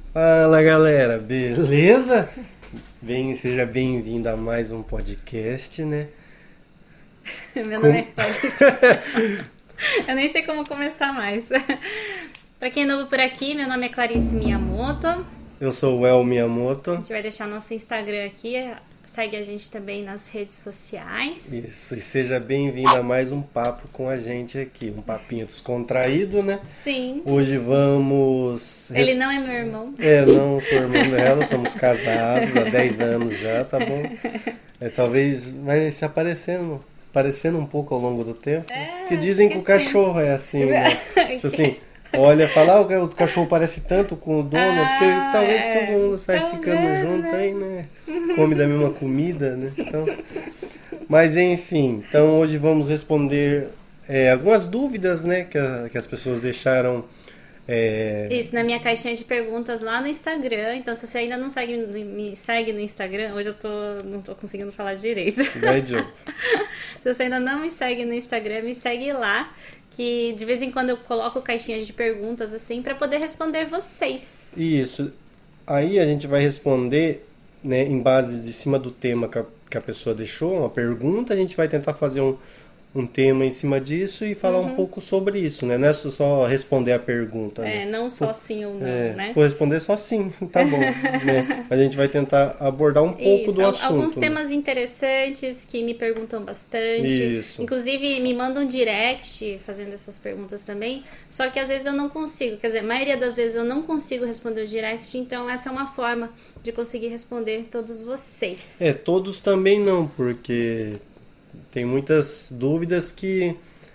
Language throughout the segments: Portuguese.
Fala galera, beleza? Seja bem-vindo a mais um podcast, né? Meu nome é Clarice. Eu nem sei como começar mais. Pra quem é novo por aqui, meu nome é Clarice Miyamoto. Eu sou o El Miyamoto. A gente vai deixar nosso Instagram aqui. Segue a gente também nas redes sociais. Isso, e seja bem-vindo a mais um papo com a gente aqui. Um papinho descontraído, né? Sim. Hoje vamos... Ele não é meu irmão. Não sou irmão dela, somos casados há 10 anos já, tá bom? Talvez vai se parecendo um pouco ao longo do tempo. Porque dizem que o cachorro é assim, né? Tipo assim... Olha, fala, o cachorro parece tanto com o dono, porque talvez todo mundo vai ficando junto, né? Aí, né? Come da mesma comida, né? Então, mas enfim, então hoje vamos responder algumas dúvidas, né, que as pessoas deixaram. Isso, na minha caixinha de perguntas lá no Instagram. Então, se você ainda não me segue no Instagram, hoje não tô conseguindo falar direito. Se você ainda não me segue no Instagram, me segue lá. Que de vez em quando eu coloco caixinhas de perguntas assim para poder responder vocês. Isso. Aí a gente vai responder, né, em base de cima do tema que a pessoa deixou, uma pergunta, a gente vai tentar fazer um tema em cima disso e falar um pouco sobre isso, né? Não é só responder a pergunta. Né? Não só sim ou não, né? Se for responder só sim, tá bom. Né? A gente vai tentar abordar um pouco do assunto. Alguns temas interessantes que me perguntam bastante. Isso. Inclusive, me mandam direct fazendo essas perguntas também. Só que às vezes eu não consigo. Quer dizer, a maioria das vezes eu não consigo responder o direct. Então, essa é uma forma de conseguir responder todos vocês. Todos também não, porque... Tem muitas dúvidas que...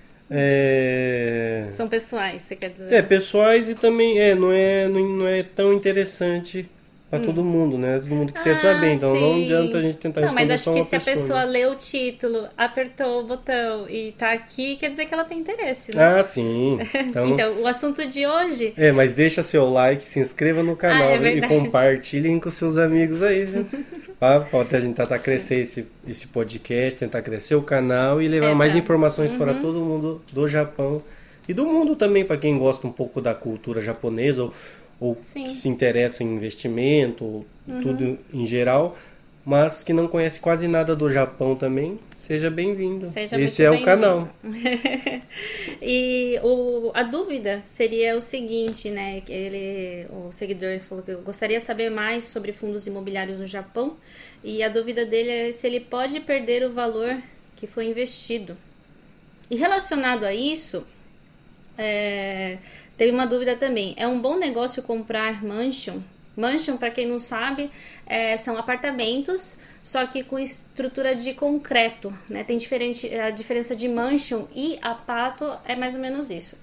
São pessoais, você quer dizer? Pessoais e também não é tão interessante para todo mundo, né? Todo mundo que quer saber, então não adianta a gente tentar responder mas só acho uma que se pessoa, a pessoa né? lê o título, apertou o botão e tá aqui, quer dizer que ela tem interesse, né? Ah, sim. Então, o assunto de hoje... mas deixa seu like, se inscreva no canal e compartilhem com seus amigos aí, né? Pode a gente tentar crescer esse podcast, tentar crescer o canal e levar mais informações para todo mundo do Japão e do mundo também, para quem gosta um pouco da cultura japonesa ou se interessa em investimento, tudo em geral, mas que não conhece quase nada do Japão também. Seja bem-vindo. Esse é o canal. E a dúvida seria o seguinte, né? O seguidor falou que eu gostaria de saber mais sobre fundos imobiliários no Japão. E a dúvida dele é se ele pode perder o valor que foi investido. E relacionado a isso, teve uma dúvida também. É um bom negócio comprar mansion? Mansion, para quem não sabe, são apartamentos, só que com estrutura de concreto, né? Tem a diferença de mansion e apato é mais ou menos isso.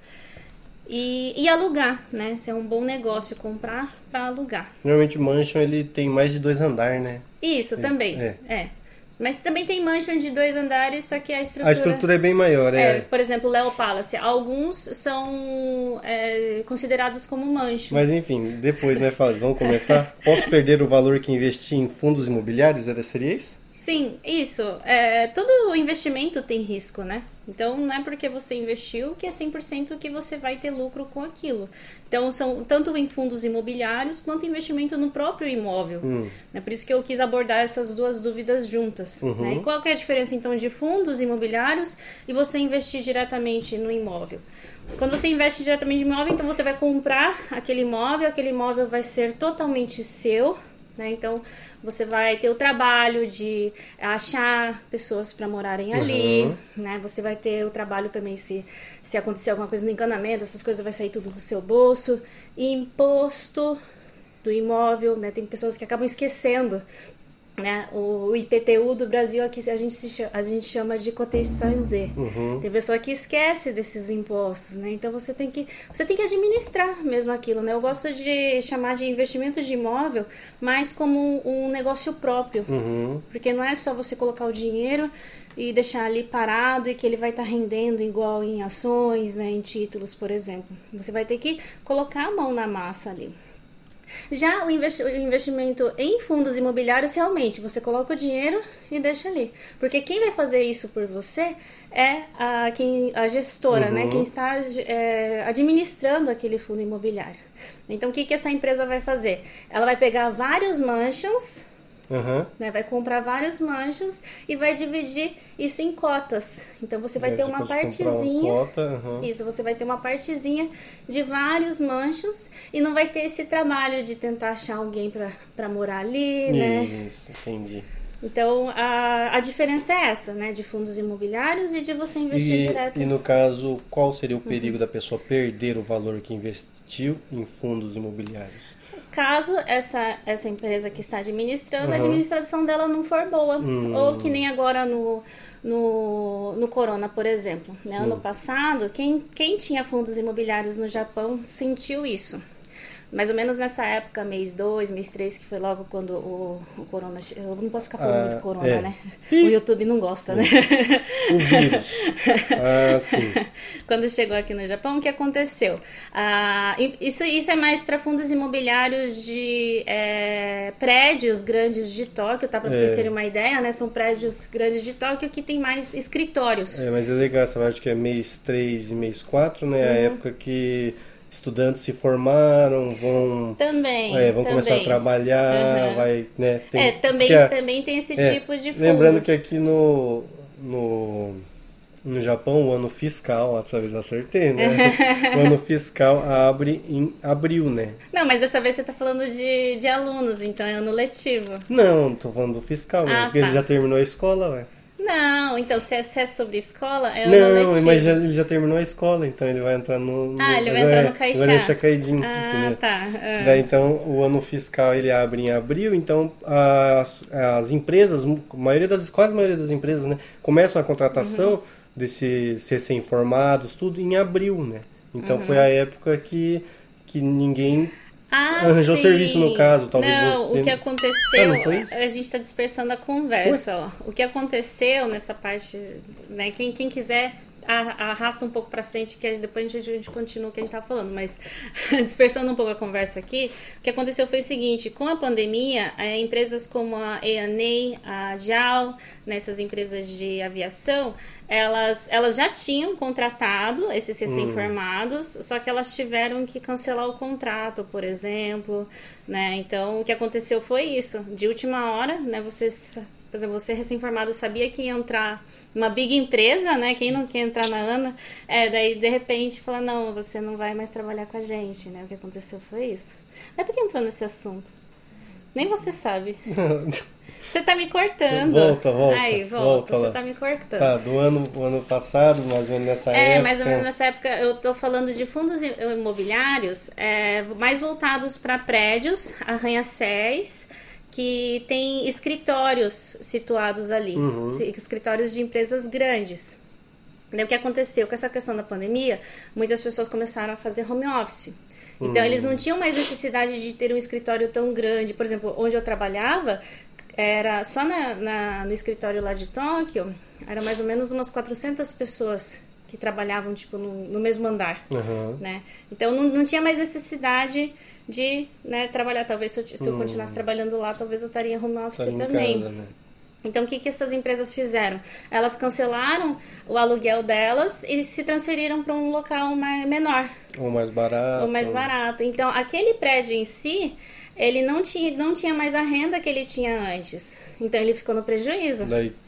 E alugar, né? Se é um bom negócio comprar para alugar. Normalmente o mansion ele tem mais de 2 andares, né? Isso, também. Mas também tem mansion de 2 andares, só que a estrutura é bem maior, Por exemplo, Leo Palace. Alguns são considerados como mansion. Mas enfim, depois, né, Fábio? Vamos começar? Posso perder o valor que investi em fundos imobiliários? Seria isso? Sim, isso. Todo investimento tem risco, né? Então, não é porque você investiu que é 100% que você vai ter lucro com aquilo. Então, são tanto em fundos imobiliários quanto investimento no próprio imóvel. É por isso que eu quis abordar essas duas dúvidas juntas. Né? E qual que é a diferença, então, de fundos imobiliários e você investir diretamente no imóvel? Quando você investe diretamente no imóvel, então você vai comprar aquele imóvel vai ser totalmente seu, né? Então, você vai ter o trabalho de achar pessoas para morarem ali, né? Você vai ter o trabalho também se acontecer alguma coisa no encanamento, essas coisas vai sair tudo do seu bolso. Imposto do imóvel, né? Tem pessoas que acabam esquecendo, né? O IPTU do Brasil aqui a gente chama de Coteção Z. Tem pessoa que esquece desses impostos, né? Então você tem que administrar mesmo aquilo, né? Eu gosto de chamar de investimento de imóvel, mas como um negócio próprio, porque não é só você colocar o dinheiro e deixar ali parado e que ele vai estar rendendo igual em ações, né? Em títulos, por exemplo. Você vai ter que colocar a mão na massa ali. Já o investimento em fundos imobiliários, realmente, você coloca o dinheiro e deixa ali. Porque quem vai fazer isso por você é a gestora, né? Quem está administrando aquele fundo imobiliário. Então, o que essa empresa vai fazer? Ela vai pegar vários mansions, né, vai comprar vários mansions e vai dividir isso em cotas. Então, você vai ter uma partezinha... Isso, você vai ter uma partezinha de vários mansions e não vai ter esse trabalho de tentar achar alguém para morar ali, né? Isso, entendi. Então, a diferença é essa, né? De fundos imobiliários e de você investir direto. E no caso, qual seria o perigo da pessoa perder o valor que investiu em fundos imobiliários? Caso essa empresa que está administrando, a administração dela não for boa. Ou que nem agora no Corona, por exemplo. Né? Ano passado, quem tinha fundos imobiliários no Japão sentiu isso. Mais ou menos nessa época, mês 2, mês 3, que foi logo quando o Corona... Eu não posso ficar falando muito Corona, né? O YouTube não gosta, né? O vírus. Sim. Quando chegou aqui no Japão, o que aconteceu? Isso é mais para fundos imobiliários de prédios grandes de Tóquio, tá? Para vocês terem uma ideia, né? São prédios grandes de Tóquio que tem mais escritórios. Mas é legal essa parte que é mês 3 e mês 4, né? A época que... estudantes se formaram, vão começar a trabalhar, vai, né? Também tem esse tipo de fundos. Lembrando que aqui no Japão o ano fiscal, dessa vez acertei, né? O ano fiscal abre em abril, né? Não, mas dessa vez você tá falando de alunos, então é ano letivo. Não, tô falando do fiscal, né? Porque ele já terminou a escola, ué. Não, então se é sobre escola, é ano letivo. Não, mas ele já terminou a escola, então ele vai entrar no ele vai entrar no Caixá. Ele vai deixar caidinho, entendeu? Tá. Daí, então, o ano fiscal ele abre em abril, então as empresas, quase a maioria das empresas, né, começam a contratação desses recém-formados, tudo em abril, né? Então foi a época que ninguém... arranjou serviço no caso, talvez você... o que aconteceu... não foi isso? A gente está dispersando a conversa, ó. O que aconteceu nessa parte, né? Quem quiser arrasta um pouco para frente, que depois a gente continua o que a gente estava falando, mas dispersando um pouco a conversa aqui, o que aconteceu foi o seguinte: com a pandemia, empresas como a ANA, a JAL, nessas empresas de aviação, elas já tinham contratado esses recém-formados, só que elas tiveram que cancelar o contrato, por exemplo, né? Então, o que aconteceu foi isso, de última hora, né? Por exemplo, você recém-formado sabia que ia entrar numa big empresa, né? Quem não quer entrar na ANA, daí de repente fala, não, você não vai mais trabalhar com a gente, né? O que aconteceu foi isso. Não é porque entrou nesse assunto. Nem você sabe. Você tá me cortando. Volta. Aí, volta. Você tá me cortando. Tá, do ano passado, mais ou menos nessa época. Mais ou menos nessa época, eu tô falando de fundos imobiliários mais voltados para prédios, arranha-céus, que tem escritórios situados ali, escritórios de empresas grandes. Daí o que aconteceu com essa questão da pandemia, muitas pessoas começaram a fazer home office. Então eles não tinham mais necessidade de ter um escritório tão grande. Por exemplo, onde eu trabalhava, era só no escritório lá de Tóquio, era mais ou menos umas 400 pessoas que trabalhavam tipo no mesmo andar, né? Então não tinha mais necessidade de, né, trabalhar. Talvez se eu continuasse trabalhando lá, talvez eu estaria home office também. Casa, né? Então, o que essas empresas fizeram? Elas cancelaram o aluguel delas e se transferiram para um local menor. Ou mais barato. Então, aquele prédio em si, ele não tinha mais a renda que ele tinha antes. Então, ele ficou no prejuízo.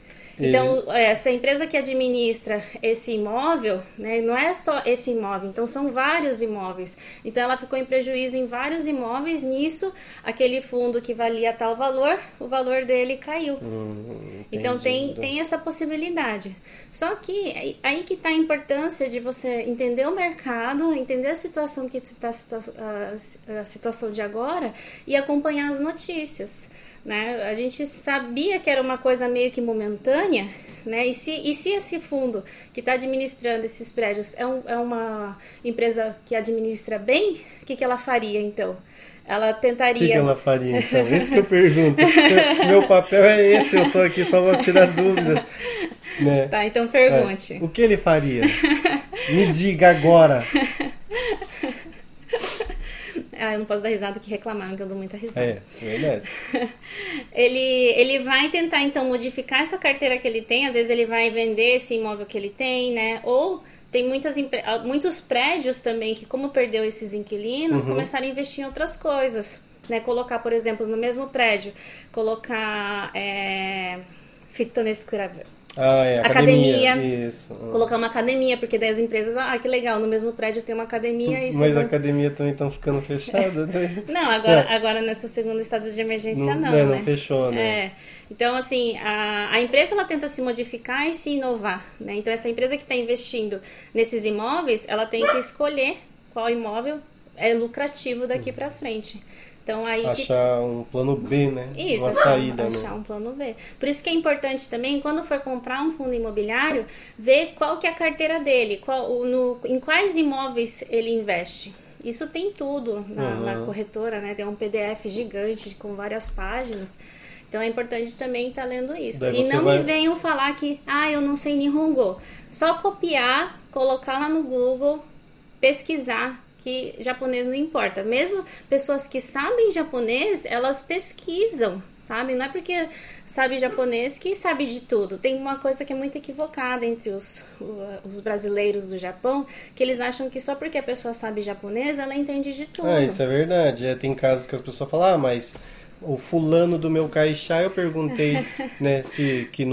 Então, essa empresa que administra esse imóvel, né, não é só esse imóvel, então são vários imóveis. Então, ela ficou em prejuízo em vários imóveis. Nisso, aquele fundo que valia tal valor, o valor dele caiu. Então, tem essa possibilidade. Só que aí que está a importância de você entender o mercado, entender a situação que está a situação de agora e acompanhar as notícias. Né? A gente sabia que era uma coisa meio que momentânea, né? E se esse fundo que está administrando esses prédios é uma empresa que administra bem, o que ela faria então? Ela tentaria... O que ela faria então? Isso que eu pergunto. Meu papel é esse, eu estou aqui só para tirar dúvidas. Né? Tá, então pergunte. O que ele faria? Me diga agora. eu não posso dar risada que reclamaram que eu dou muita risada. É, verdade. Ele vai tentar, então, modificar essa carteira que ele tem. Às vezes ele vai vender esse imóvel que ele tem, né? Ou tem muitos prédios também que, como perdeu esses inquilinos, começaram a investir em outras coisas. Né? Colocar, por exemplo, no mesmo prédio, colocar fitness academia. Isso. Colocar uma academia, porque daí as empresas, que legal, no mesmo prédio tem uma academia. Mas a academia também estão ficando fechada. Né? Não, agora nessa segunda estado de emergência não, né? Não fechou, né? Então, assim, a empresa ela tenta se modificar e se inovar, né? Então, essa empresa que está investindo nesses imóveis, ela tem que escolher qual imóvel é lucrativo daqui para frente. Então, aí achar um plano B, né? Isso, uma saída, achar um plano B. Por isso que é importante também, quando for comprar um fundo imobiliário, ver qual que é a carteira dele, em quais imóveis ele investe. Isso tem tudo na corretora, né? Tem um PDF gigante com várias páginas. Então é importante também estar lendo isso. Daí e não me venham falar que, eu não sei Nihongo. Só copiar, colocar lá no Google, pesquisar, que japonês não importa. Mesmo pessoas que sabem japonês, elas pesquisam, sabe? Não é porque sabe japonês que sabe de tudo. Tem uma coisa que é muito equivocada entre os brasileiros do Japão, que eles acham que só porque a pessoa sabe japonês, ela entende de tudo. Isso é verdade. Tem casos que as pessoas falam, mas o fulano do meu Caixa, eu perguntei, né, que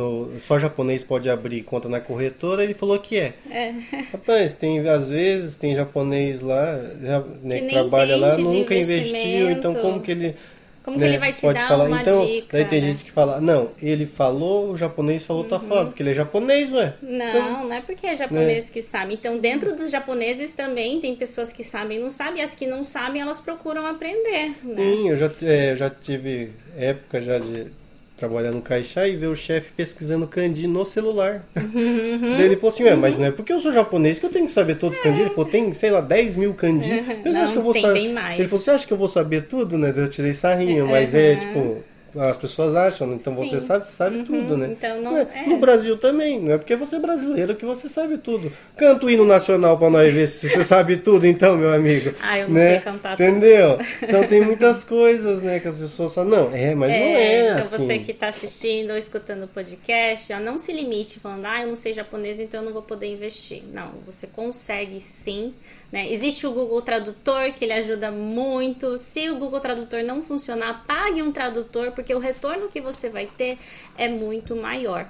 só japonês pode abrir conta na corretora, ele falou que é. Rapaz, às vezes tem japonês lá, né, que trabalha lá, nunca investiu, então como que ele... Como que ele vai te dar falar? uma então, dica? Daí tem né? gente que fala, não, ele falou, o japonês falou, tá fora, porque ele é japonês, ué. Não é porque é japonês que sabe. Então, dentro dos japoneses também tem pessoas que sabem e não sabem, e as que não sabem, elas procuram aprender. Né? Sim, eu já tive época já de trabalhar no Caixa e ver o chefe pesquisando kanji no celular. Daí ele falou assim, mas não é porque eu sou japonês que eu tenho que saber todos os kanji. Ele falou, tem, sei lá, 10 mil kanji. Não, acho que eu vou tem saber. bem mais. Ele falou, você acha que eu vou saber tudo, né? Eu tirei sarrinho, mas tipo... As pessoas acham, então Sim. você sabe tudo, né? Então No Brasil também, não é porque você é brasileiro que você sabe tudo. Canta o hino nacional pra nós ver se você sabe tudo, então, meu amigo. Eu não sei cantar tudo. Entendeu? Então tem muitas coisas, né, que as pessoas falam, mas não é então assim. você que está assistindo ou escutando o podcast, não se limite falando, eu não sei japonês, então eu não vou poder investir. Não, você consegue sim. Né? Existe o Google Tradutor, que ele ajuda muito. Se o Google Tradutor não funcionar, pague um tradutor, porque o retorno que você vai ter é muito maior.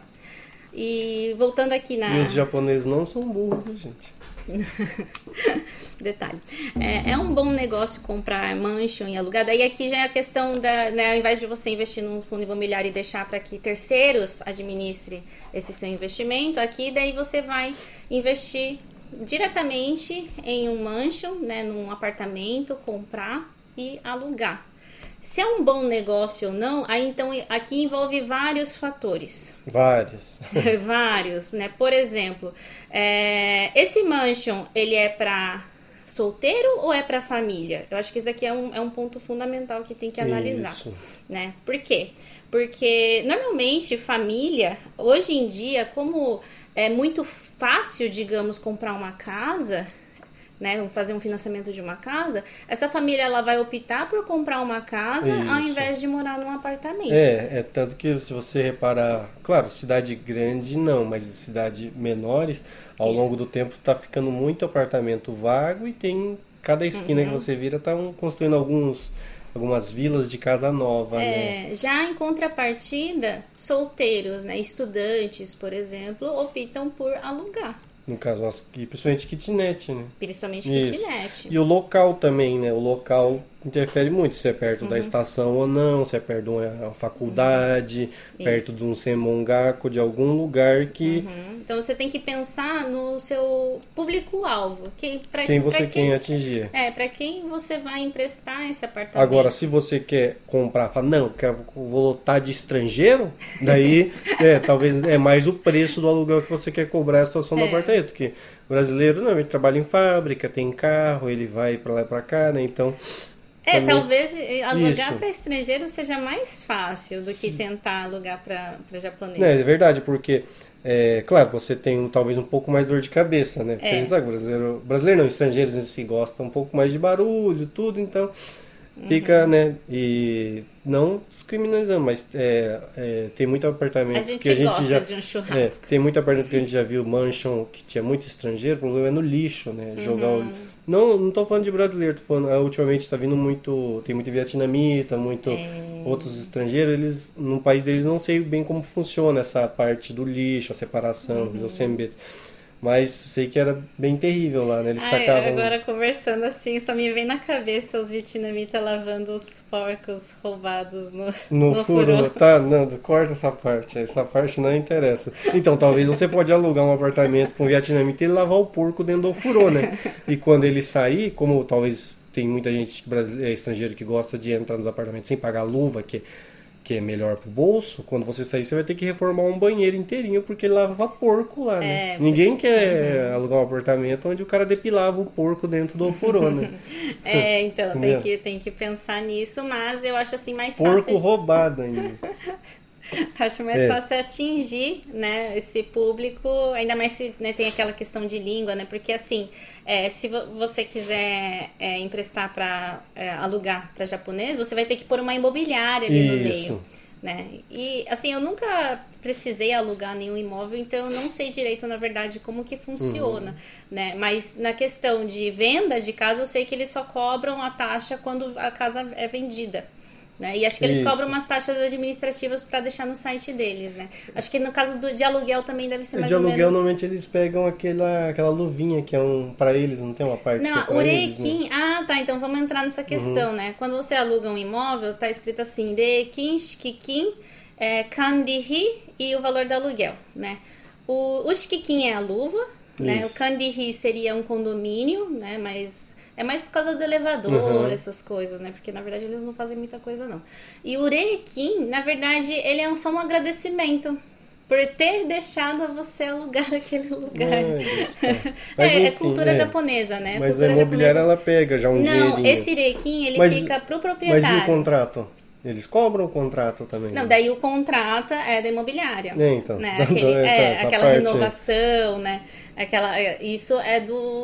E voltando aqui E os japoneses não são burros, gente. Detalhe. É um bom negócio comprar mansion e alugar. Daí aqui já é a questão ao invés de você investir num fundo imobiliário e deixar para que terceiros administrem esse seu investimento, aqui daí você vai investir diretamente em um mansion, né, num apartamento, comprar e alugar. Se é um bom negócio ou não, aí então aqui envolve vários fatores. Vários, né? Por exemplo, esse mansion, ele é para solteiro ou é para família? Eu acho que isso aqui é um ponto fundamental que tem que analisar. Isso. Né? Por quê? Porque normalmente família, hoje em dia, como é muito fácil, digamos, comprar uma casa, né, fazer um financiamento de uma casa, essa família ela vai optar por comprar uma casa ao invés de morar num apartamento. Tanto que se você reparar, claro, cidade grande não, mas cidades menores, ao longo do tempo está ficando muito apartamento vago e tem cada esquina que você vira tá construindo algumas vilas de casa nova, né? Já em contrapartida, solteiros, né, estudantes, por exemplo, optam por alugar. No caso, principalmente kitnet, né? Principalmente kitnet. E o local também, né? O local interfere muito, se é perto da estação ou não, se é perto de uma faculdade, perto de um semongaku, de algum lugar que... Então você tem que pensar no seu público-alvo. Quem você quer atingir. Para quem você vai emprestar esse apartamento. Agora, se você quer comprar, fala, não, vou lotar de estrangeiro, daí talvez é mais o preço do aluguel que você quer cobrar a situação do apartamento, porque o brasileiro normalmente trabalha em fábrica, tem carro, ele vai para lá e para cá, né? Então... Talvez alugar para estrangeiro seja mais fácil do que tentar alugar para japonês. É verdade, porque, claro, você tem talvez um pouco mais dor de cabeça, né? Porque brasileiro não, estrangeiros em si gostam um pouco mais de barulho, tudo, então fica, né? E não discriminando, mas tem muito apartamento a gente que a gente gosta de um churrasco. Tem muito apartamento que a gente já viu, mansion, que tinha muito estrangeiro, o problema é no lixo, né? Jogar Não tô falando de brasileiro, tô falando, ultimamente tá vindo muito, tem muito vietnamita, muito outros estrangeiros, eles, no país deles não sei bem como funciona essa parte do lixo, a separação, dos sembetes. Mas sei que era bem terrível lá, né? Eles tacavam... Agora conversando assim, só me vem na cabeça os vietnamitas lavando os porcos roubados no furô. Tá, não, corta essa parte não interessa. Então, talvez você pode alugar um apartamento com um vietnamita e ele lavar o porco dentro do furô, né? E quando ele sair, como talvez tem muita gente estrangeiro que gosta de entrar nos apartamentos sem pagar luva, que é melhor pro bolso, quando você sair, você vai ter que reformar um banheiro inteirinho, porque ele lava porco lá, né? Ninguém quer alugar um apartamento onde o cara depilava o porco dentro do furô, né? Então, tem que pensar nisso, mas eu acho assim mais porco fácil... Porco roubado ainda. Acho mais fácil atingir, né, esse público, ainda mais se, né, tem aquela questão de língua, né, porque assim, se você quiser emprestar para alugar para japonês, você vai ter que pôr uma imobiliária ali no meio, né, e assim, eu nunca precisei alugar nenhum imóvel, então eu não sei direito, na verdade, como que funciona, né, mas na questão de venda de casa, eu sei que eles só cobram a taxa quando a casa é vendida. Né? E acho que eles cobram umas taxas administrativas para deixar no site deles, né? Acho que no caso de aluguel também deve ser mais ou menos... De aluguel, normalmente eles pegam aquela luvinha que é para eles, não tem uma parte não, que é o Reikin... né? Tá, então vamos entrar nessa questão, né? Quando você aluga um imóvel, tá escrito assim, Reikin, Shikikin, Kandihi e o valor do aluguel, né? O Shikikin é a luva, né? O Kandihi seria um condomínio, né? Mas... é mais por causa do elevador, essas coisas, né? Porque, na verdade, eles não fazem muita coisa, não. E o Reikin, na verdade, ele é só um agradecimento por ter deixado você alugar aquele lugar. Mas, enfim, cultura japonesa, né? Mas cultura a imobiliária, ela pega já um dinheirinho. Não, esse Reikin, ele fica pro proprietário. Mas e o contrato? Eles cobram o contrato também? Não, daí o contrato é da imobiliária. Então. Né? Aquela renovação, né? Isso é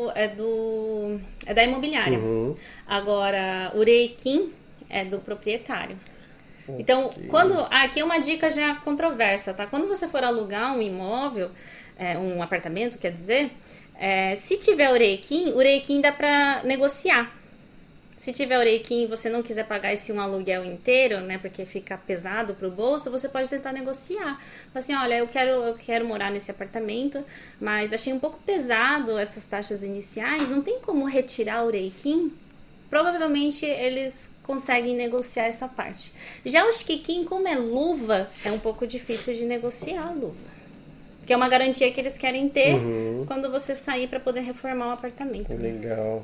da imobiliária. Agora, o Reikin é do proprietário. Então, aqui é uma dica já controversa, tá? Quando você for alugar um imóvel, um apartamento, quer dizer, se tiver o Reikin dá pra negociar. Se tiver o Reikin e você não quiser pagar esse um aluguel inteiro, né, porque fica pesado pro bolso, você pode tentar negociar. Fala assim, olha, eu quero morar nesse apartamento, mas achei um pouco pesado essas taxas iniciais, não tem como retirar o Reikin? Provavelmente eles conseguem negociar essa parte. Já o Shikikin, como é luva, é um pouco difícil de negociar a luva. Porque é uma garantia que eles querem ter quando você sair para poder reformar o apartamento. Legal.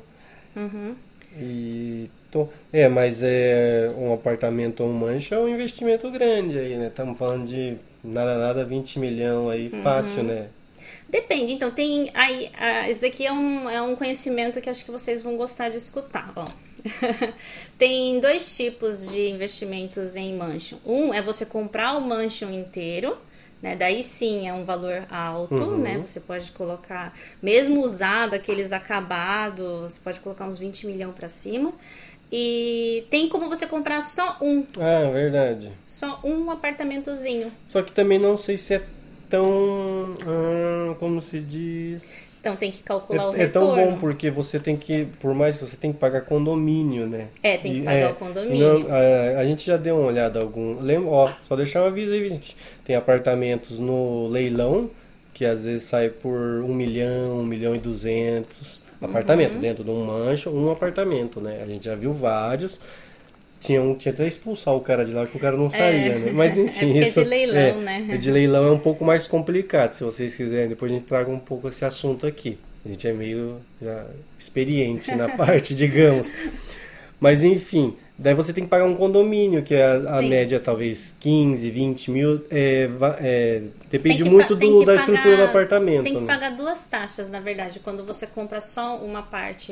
Mas um apartamento ou um mancha é um investimento grande aí, né? Estamos falando de nada 20 milhões aí, fácil, né? Depende, então tem aí, esse daqui é um conhecimento que acho que vocês vão gostar de escutar, ó. Tem dois tipos de investimentos em mansion. Um é você comprar o mansion inteiro, né? Daí sim é um valor alto, né? Você pode colocar, mesmo usado, aqueles acabados, você pode colocar uns 20 milhões para cima. E tem como você comprar só um. Verdade. Só um apartamentozinho. Só que também não sei se é tão... como se diz... Então tem que calcular o retorno. É tão bom porque você tem que, por mais que você tem que pagar condomínio, né? Tem que pagar o condomínio. A gente já deu uma olhada só deixar um aviso aí, gente. Tem apartamentos no leilão, que às vezes sai por 1 milhão, 1 milhão e 200 apartamento, dentro de um mansion, um apartamento, né? A gente já viu vários. Tinha até expulsar o cara de lá, que o cara não saía, né? Mas enfim, isso é de leilão, né? De leilão é um pouco mais complicado. Se vocês quiserem, depois a gente traga um pouco esse assunto aqui. A gente é meio já experiente na parte, digamos. Mas enfim, daí você tem que pagar um condomínio, que a média talvez 15, 20 mil. Depende muito da estrutura do apartamento. Tem que né? pagar duas taxas, na verdade, quando você compra só uma parte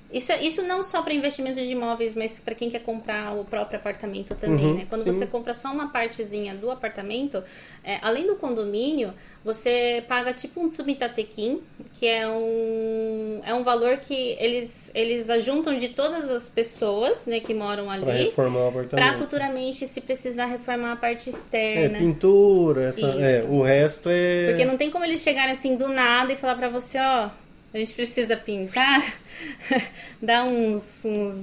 Isso não só para investimento de imóveis, mas para quem quer comprar o próprio apartamento também, né? Quando você compra só uma partezinha do apartamento, além do condomínio, você paga tipo um tsumitatekin, que é um valor que eles ajuntam de todas as pessoas, né, que moram ali, para reformar o apartamento. para futuramente, se precisar, reformar a parte externa. Pintura, o resto é... Porque não tem como eles chegarem assim do nada e falar para você, ó... A gente precisa pintar, dá uns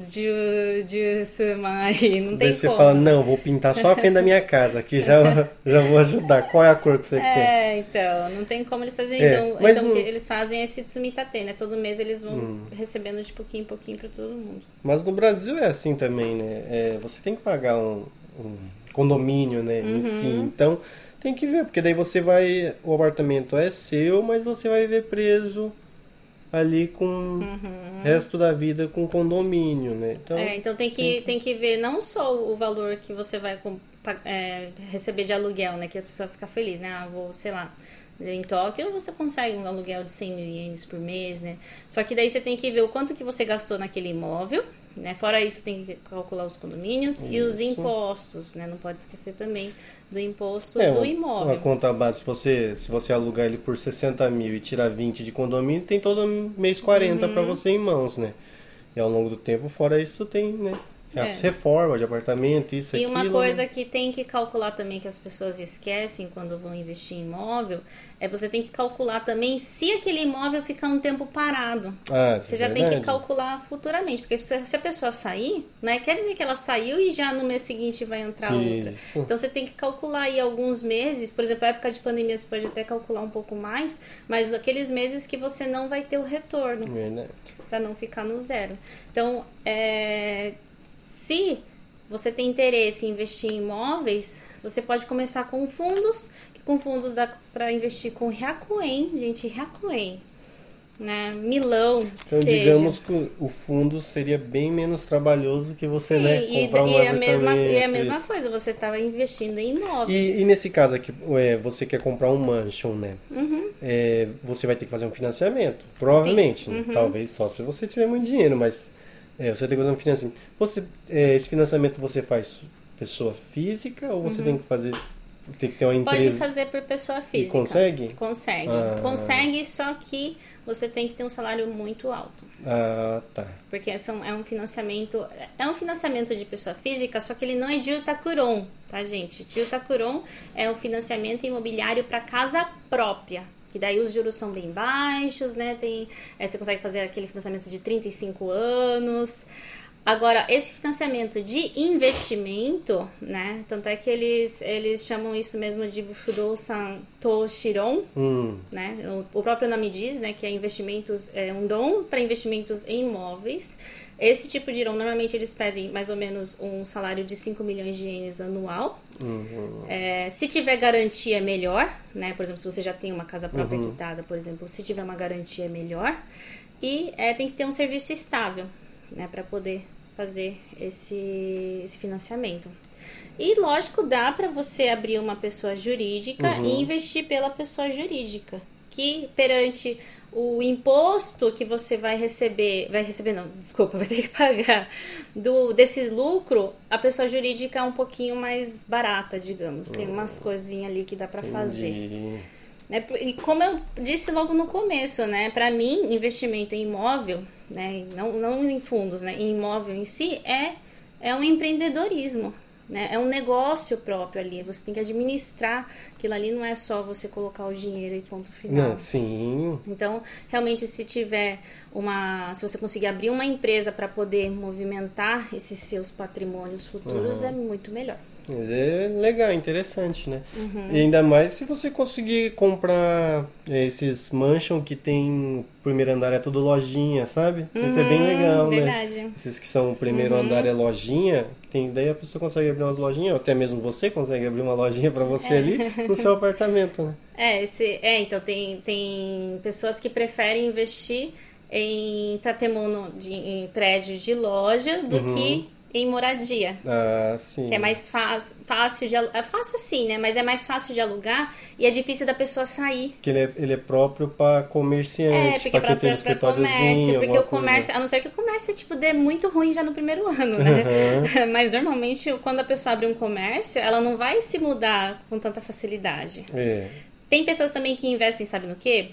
de semana aí, não tem você como. fala, não, vou pintar só a frente da minha casa, que já vou ajudar. Qual é a cor que você quer? Então, não tem como eles fazerem. Então eles fazem esse tsumitate, né? Todo mês eles vão recebendo de pouquinho em pouquinho para todo mundo. Mas no Brasil é assim também, né? Você tem que pagar um condomínio, né, em si. Então, tem que ver, porque daí o apartamento é seu, mas você vai viver preso ali com o resto da vida com condomínio, né? Então tem que ver não só o valor que você vai receber de aluguel, né? Que a pessoa fica feliz, né? Sei lá, em Tóquio você consegue um aluguel de 100 mil ienes por mês, né? Só que daí você tem que ver o quanto que você gastou naquele imóvel, né? Fora isso, tem que calcular os condomínios e os impostos, né? Não pode esquecer também do imposto do imóvel. Uma conta base, se você alugar ele por 60 mil e tirar 20 de condomínio, tem todo mês 40 para você em mãos, né? E ao longo do tempo, fora isso, tem, né? Reforma de apartamento, isso, e aquilo. E uma coisa que tem que calcular também, que as pessoas esquecem quando vão investir em imóvel, você tem que calcular também se aquele imóvel ficar um tempo parado. Você já tem que calcular futuramente, porque se a pessoa sair, né, quer dizer que ela saiu e já no mês seguinte vai entrar outra. Então você tem que calcular aí alguns meses, por exemplo, a época de pandemia você pode até calcular um pouco mais, mas aqueles meses que você não vai ter o retorno, para não ficar no zero. Então, se você tem interesse em investir em imóveis, você pode começar com fundos, dá para investir com Hyakuen, gente, Hyakuen, né? Milão, então, digamos que o fundo seria bem menos trabalhoso que você, né, comprar um apartamento. E a mesma coisa, você estava investindo em imóveis. E nesse caso aqui, você quer comprar um mansion, né? Você vai ter que fazer um financiamento, provavelmente, né? Talvez só se você tiver muito dinheiro, mas... você tem que fazer um financiamento. Esse financiamento você faz pessoa física ou você tem que ter uma empresa? Pode fazer por pessoa física. E consegue? Consegue. Consegue, só que você tem que ter um salário muito alto. Tá. Porque é um financiamento de pessoa física, só que ele não é Jutakuron, tá, gente? Jutakuron é um financiamento imobiliário para casa própria. Que daí os juros são bem baixos, né? Você consegue fazer aquele financiamento de 35 anos. Agora, esse financiamento de investimento, né? Tanto é que eles chamam isso mesmo de Fudosan Toshiron, né? O próprio nome diz, né, que é um dom para investimentos em imóveis. Esse tipo de dom, normalmente eles pedem mais ou menos um salário de 5 milhões de ienes anual. Se tiver garantia, é melhor, né? Por exemplo, se você já tem uma casa própria quitada, por exemplo, se tiver uma garantia, é melhor. E tem que ter um serviço estável, né, para poder fazer esse financiamento. E, lógico, dá para você abrir uma pessoa jurídica e investir pela pessoa jurídica, que perante o imposto que você vai ter que pagar desse lucro, a pessoa jurídica é um pouquinho mais barata, digamos. Tem umas coisinhas ali que dá para fazer. E como eu disse logo no começo, né, para mim, investimento em imóvel, né, não em fundos, né, em imóvel em si, é um empreendedorismo. Né? É um negócio próprio ali, você tem que administrar aquilo ali, não é só você colocar o dinheiro e ponto final. Não, sim. Então, realmente, se você conseguir abrir uma empresa para poder movimentar esses seus patrimônios futuros, é muito melhor. Mas é legal, interessante, né? E ainda mais se você conseguir comprar esses mansion que tem primeiro andar é tudo lojinha, sabe? Isso é bem legal, verdade. Né? Esses que são o primeiro andar é lojinha, daí a pessoa consegue abrir umas lojinhas, ou até mesmo você consegue abrir uma lojinha para você ali no seu apartamento, né? Então tem pessoas que preferem investir em tatemono, em prédio de loja, do que em moradia. Ah, sim. Que é mais fácil de alugar. É fácil sim, né? Mas é mais fácil de alugar e é difícil da pessoa sair. Que ele é próprio para comerciante, porque para quem tem um escritóriozinho. porque o comércio, a não ser que o comércio tipo, dê muito ruim já no primeiro ano, né? Uhum. Mas normalmente quando a pessoa abre um comércio, ela não vai se mudar com tanta facilidade. É. Tem pessoas também que investem, sabe no quê?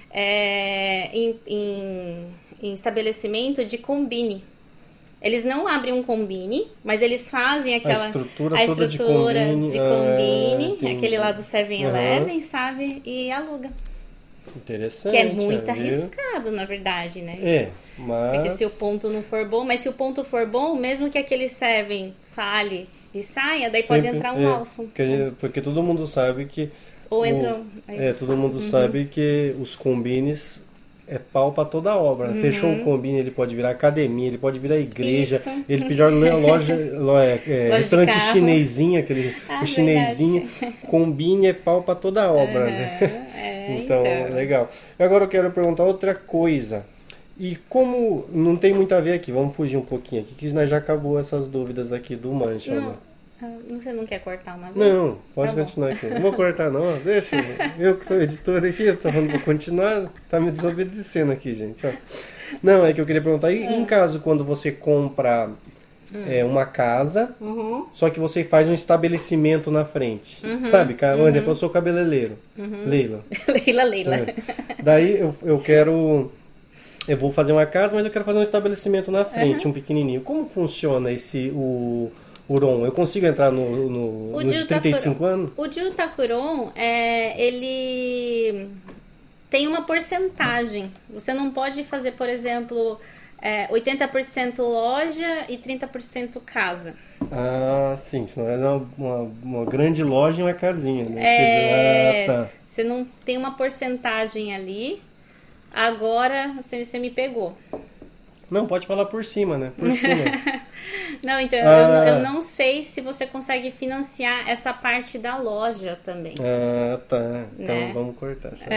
Em estabelecimento de combine. Eles não abrem um combine, mas eles fazem aquela... A estrutura toda de combine. Aquele lá do 7-Eleven, sabe? E aluga. Interessante. Que é muito arriscado, na verdade, né? É, mas... Porque se o ponto não for bom... Mas se o ponto for bom, mesmo que aquele 7 fale e saia, daí pode entrar um Lawson. Porque todo mundo sabe que... Ou entra... todo mundo sabe que os combines... É pau pra toda a obra. Fechou um combine, ele pode virar academia, ele pode virar igreja, ele pode virar restaurante chinesinho, aquele chinesinho. Combine é pau pra toda a obra, né? Então, legal. Agora eu quero perguntar outra coisa. E como não tem muito a ver aqui, vamos fugir um pouquinho aqui, que nós já acabou essas dúvidas aqui do Mancha. Né? Você não quer cortar uma vez? Não, pode continuar aqui. Não vou cortar não, deixa. Eu que sou editor aqui, eu tô falando pra continuar, tá me desobedecendo aqui, gente. Ó. Não, é que eu queria perguntar, e em caso quando você compra uma casa, só que você faz um estabelecimento na frente, sabe? Um exemplo, eu sou cabeleireiro, Leila. Leila. Daí eu quero... Eu vou fazer uma casa, mas eu quero fazer um estabelecimento na frente, um pequenininho. Como funciona o Uron? Eu consigo entrar no de 35 anos? O de Itacuron, ele tem uma porcentagem. Você não pode fazer, por exemplo, 80% loja e 30% casa. Ah, sim. Senão é uma grande loja e uma casinha, né? Tá. Você não tem uma porcentagem ali. Agora você me pegou. Não, pode falar por cima, né? Por cima. Não, então eu não sei se você consegue financiar essa parte da loja também. Ah, tá. Então né? vamos cortar essa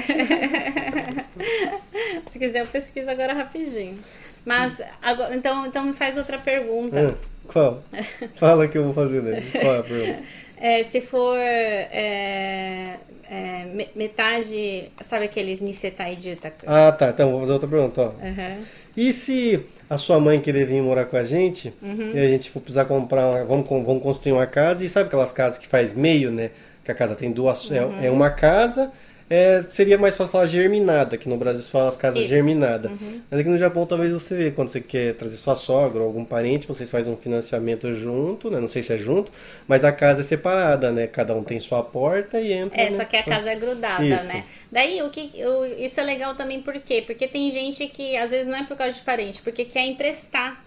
parte. Se quiser eu pesquiso agora rapidinho. Mas, agora, então me faz outra pergunta. Qual? Fala que eu vou fazer daí. Qual é a pergunta? Se for metade, sabe aqueles Nisetai de Itacu? Ah, tá. Então vou fazer outra pergunta. Ó. E se a sua mãe querer vir morar com a gente e a gente for precisar comprar, vamos construir uma casa, e sabe aquelas casas que faz meio, né? Que a casa tem duas, é uma casa, seria mais fácil falar germinada, que no Brasil se fala as casas germinadas. Mas aqui no Japão talvez você vê, quando você quer trazer sua sogra ou algum parente, vocês fazem um financiamento junto, né? Não sei se é junto, mas a casa é separada, né? Cada um tem sua porta e entra. Só que a casa é grudada, né? Daí, isso é legal também por quê? Porque tem gente que, às vezes, não é por causa de parente, porque quer emprestar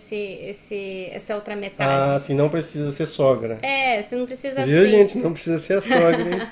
essa outra metade. Ah, assim, não precisa ser sogra. Você não precisa Viu, gente? Não precisa ser a sogra, hein?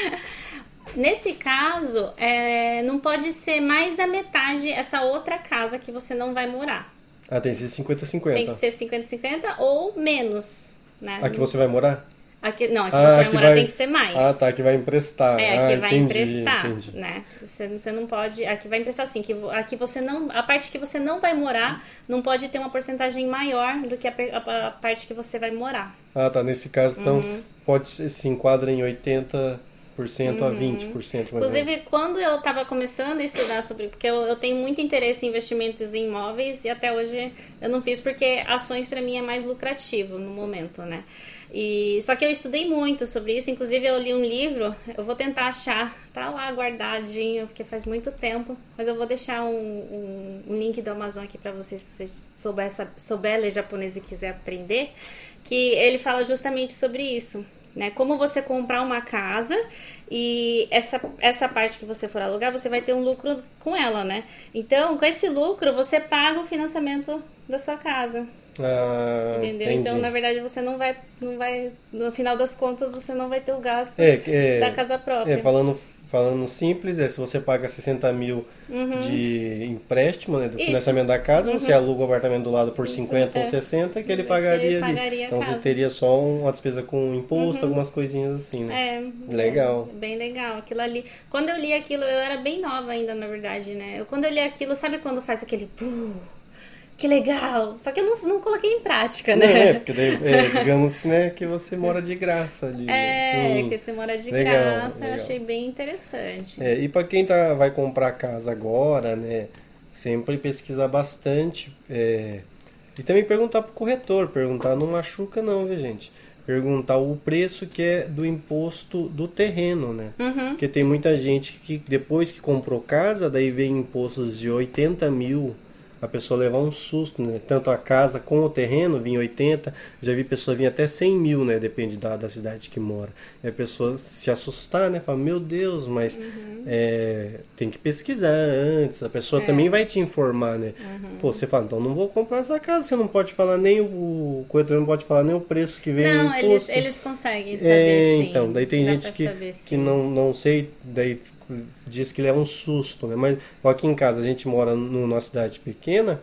Nesse caso, não pode ser mais da metade essa outra casa que você não vai morar. Ah, tem que ser 50-50. Tem que ser 50-50 ou menos, né? Aqui você vai morar? Aqui você vai morar tem que ser mais. Ah, tá, aqui vai emprestar. Aqui vai emprestar, entendi. né? Você não pode... Aqui vai emprestar assim, que aqui você não... A parte que você não vai morar não pode ter uma porcentagem maior do que a parte que você vai morar. Ah, tá. Nesse caso, então, se enquadra em 80% a 20%. Inclusive, quando eu estava começando a estudar sobre... Porque eu tenho muito interesse em investimentos em imóveis e até hoje eu não fiz porque ações para mim é mais lucrativo no momento, né? Só que eu estudei muito sobre isso, inclusive eu li um livro, eu vou tentar achar, tá lá guardadinho, porque faz muito tempo, mas eu vou deixar um link do Amazon aqui para você, se você souber ler japonês e quiser aprender, que ele fala justamente sobre isso, né? Como você comprar uma casa e essa parte que você for alugar, você vai ter um lucro com ela, né? Então, com esse lucro, você paga o financiamento da sua casa. Entendeu? Entendi. Então, na verdade, você não vai, no final das contas, você não vai ter o gasto da casa própria. Falando simples, se você paga 60 mil de empréstimo, né, do financiamento da casa, você aluga o apartamento do lado por 50 ou 60, que ele pagaria ali. Então você teria só uma despesa com imposto, algumas coisinhas assim, né? Legal. Bem legal. Aquilo ali. Quando eu li aquilo, eu era bem nova ainda, na verdade, né? Quando eu li aquilo, sabe quando faz aquele... que legal! Só que eu não coloquei em prática, né? Não, porque daí, digamos, né, que você mora de graça ali. Que você mora de legal, graça, legal. eu achei bem interessante. E para quem vai comprar casa agora, né, sempre pesquisar bastante. E também perguntar pro corretor, perguntar não machuca não, viu, gente? Perguntar o preço que é do imposto do terreno, né? Porque tem muita gente que depois que comprou casa, daí vem impostos de 80 mil, a pessoa levar um susto, né? Tanto a casa como o terreno vinha 80, já vi pessoa vir até 100 mil, né? Depende da cidade que mora. E a pessoa se assustar, né? Fala, meu Deus, mas tem que pesquisar antes, a pessoa também vai te informar, né? Pô, você fala, então não vou comprar essa casa, você não pode falar nem o corretor não pode falar nem o preço que vem no imposto. Eles conseguem saber, sim. Então, daí tem gente que não sei, daí diz que ele é um susto, né? Mas aqui em casa a gente mora numa cidade pequena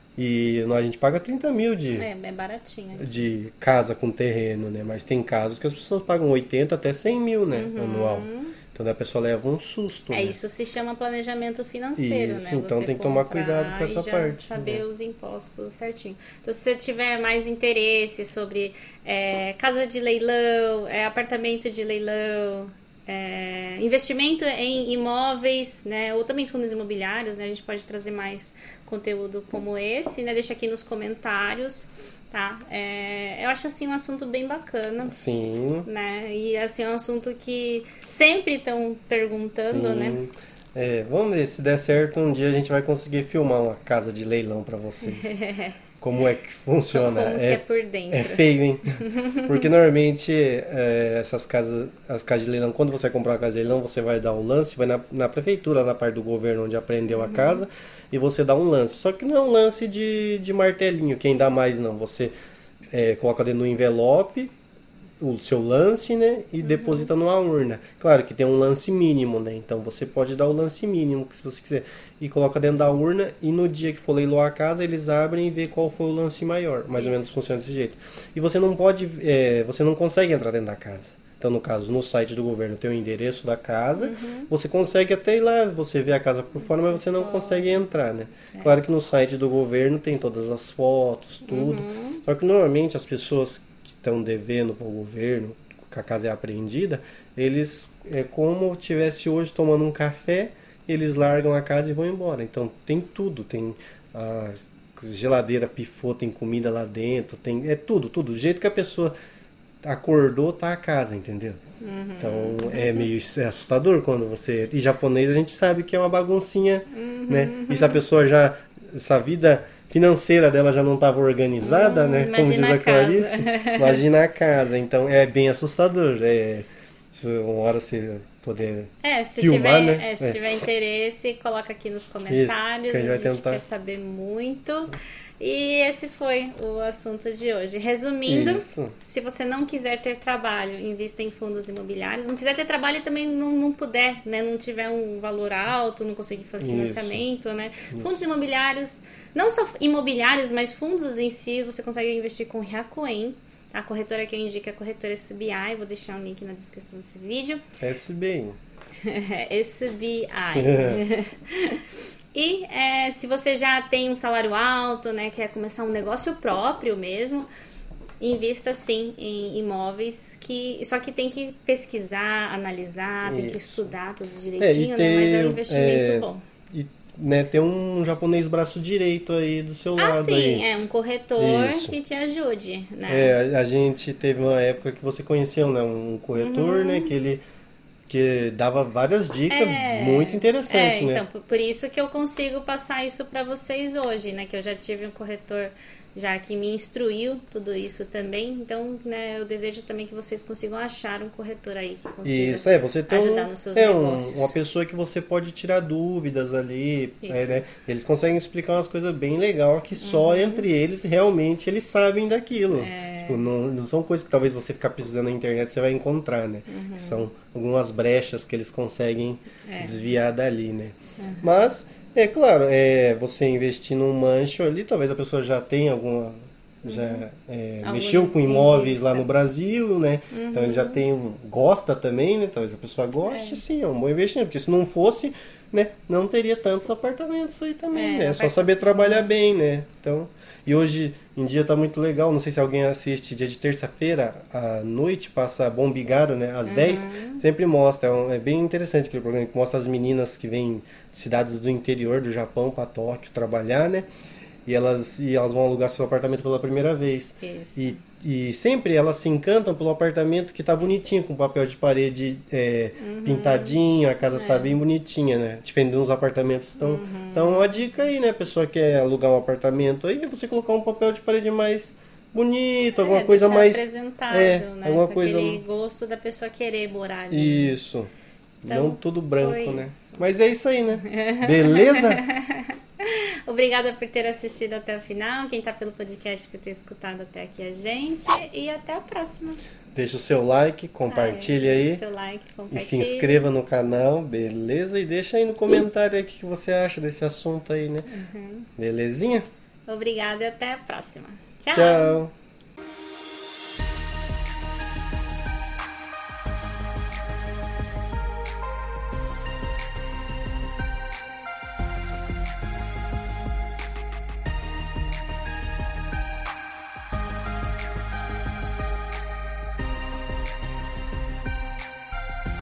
e a gente paga 30 mil é baratinho aqui. De casa com terreno, né? Mas tem casos que as pessoas pagam 80 até 100 mil, né? Anual. Então a pessoa leva um susto. Né? Isso se chama planejamento financeiro, isso, né? Então você tem que tomar cuidado com essa parte. Saber os impostos certinho. Então se você tiver mais interesse sobre casa de leilão, apartamento de leilão, investimento em imóveis, né, ou também fundos imobiliários, né, a gente pode trazer mais conteúdo como esse, né, deixa aqui nos comentários, tá? Eu acho assim um assunto bem bacana. Sim. Né, e assim é um assunto que sempre estão perguntando, né? Vamos ver, se der certo, um dia a gente vai conseguir filmar uma casa de leilão para vocês. Como é que funciona? Como que é por dentro. É feio, hein? Porque normalmente as casas de leilão, quando você comprar uma casa de leilão, você vai dar um lance, vai na prefeitura, na parte do governo onde apreendeu a casa, e você dá um lance. Só que não é um lance de martelinho, quem dá mais não. Você coloca dentro do envelope o seu lance, né, e deposita numa urna. Claro que tem um lance mínimo, né, então você pode dar o lance mínimo, se você quiser, e coloca dentro da urna, e no dia que for leiloar a casa, eles abrem e vê qual foi o lance maior. Mais ou menos funciona desse jeito. E você não pode, você não consegue entrar dentro da casa. Então, no caso, no site do governo tem o endereço da casa, você consegue até ir lá, você vê a casa por fora, mas você não consegue entrar, né? Claro que no site do governo tem todas as fotos, tudo, só que normalmente as pessoas estão devendo para o governo, que a casa é apreendida, eles, como tivesse hoje tomando um café, eles largam a casa e vão embora. Então tem tudo, tem a geladeira pifou, tem comida lá dentro, tem tudo. Do jeito que a pessoa acordou, tá a casa, entendeu? Então é meio assustador quando você... E japonês a gente sabe que é uma baguncinha, né? E se a pessoa já... Essa vida financeira dela já não estava organizada, né? Como diz a Clarice. Imagina a casa. Então é bem assustador. Se uma hora você poder filmar, né? Se tiver interesse, coloca aqui nos comentários. Isso, a gente quer saber muito. E esse foi o assunto de hoje. Resumindo, se você não quiser ter trabalho, invista em fundos imobiliários. Não quiser ter trabalho e também não puder, né? Não tiver um valor alto, não conseguir fazer financiamento, né? Fundos imobiliários, não só imobiliários, mas fundos em si, você consegue investir com Hyakuen. A corretora que eu indico é a corretora SBI. Vou deixar um link na descrição desse vídeo. SBI. SBI. E se você já tem um salário alto, né, quer começar um negócio próprio mesmo, invista sim em imóveis, só que tem que pesquisar, analisar, tem que estudar tudo direitinho, né, mas é um investimento bom. E ter um japonês braço direito aí do seu lado. Sim, aí. Um corretor que te ajude, né? A gente teve uma época que você conheceu, né, um corretor, né, que dava várias dicas muito interessantes, né? Então, por isso que eu consigo passar isso para vocês hoje, né? Que eu já tive um corretor já que me instruiu tudo isso também. Então, né, eu desejo também que vocês consigam achar um corretor aí que consiga você tem ajudar nos seus negócios. Uma pessoa que você pode tirar dúvidas ali, né? Eles conseguem explicar umas coisas bem legais que só entre eles realmente eles sabem daquilo. Tipo, não são coisas que talvez você ficar pesquisando na internet você vai encontrar, né? São algumas brechas que eles conseguem desviar dali, né? Mas... claro, você investir num mancho ali, talvez a pessoa já tenha já mexeu com imóveis lá no Brasil, né? Então ele já gosta também, né? Talvez a pessoa goste, sim, é um bom investimento, porque se não fosse, né, não teria tantos apartamentos aí também, né? É só saber trabalhar bem, né? Então, e hoje em dia tá muito legal, não sei se alguém assiste, dia de terça-feira, à noite, passa Bom Bigaro, né? Às 10, sempre mostra, é bem interessante aquele programa, que mostra as meninas que vêm de cidades do interior do Japão para Tóquio trabalhar, né? E elas vão alugar seu apartamento pela primeira vez. E sempre elas se encantam pelo apartamento que tá bonitinho, com papel de parede pintadinho, a casa tá bem bonitinha, né? Diferente de uns apartamentos. Então, uma dica aí, né? A pessoa quer alugar um apartamento, aí é você colocar um papel de parede mais bonito, alguma coisa mais apresentável, né? Alguma com coisa... aquele gosto da pessoa querer morar ali. Isso. Então, não tudo branco, né? Mas é isso aí, né? Beleza? Obrigada por ter assistido até o final. Quem tá pelo podcast por ter escutado até aqui a gente. E até a próxima. Deixa o seu like, compartilha aí. Deixa o seu like, compartilha. E se inscreva no canal, beleza? E deixa aí no comentário aí o que você acha desse assunto aí, né? Belezinha? Obrigada e até a próxima. Tchau! Tchau!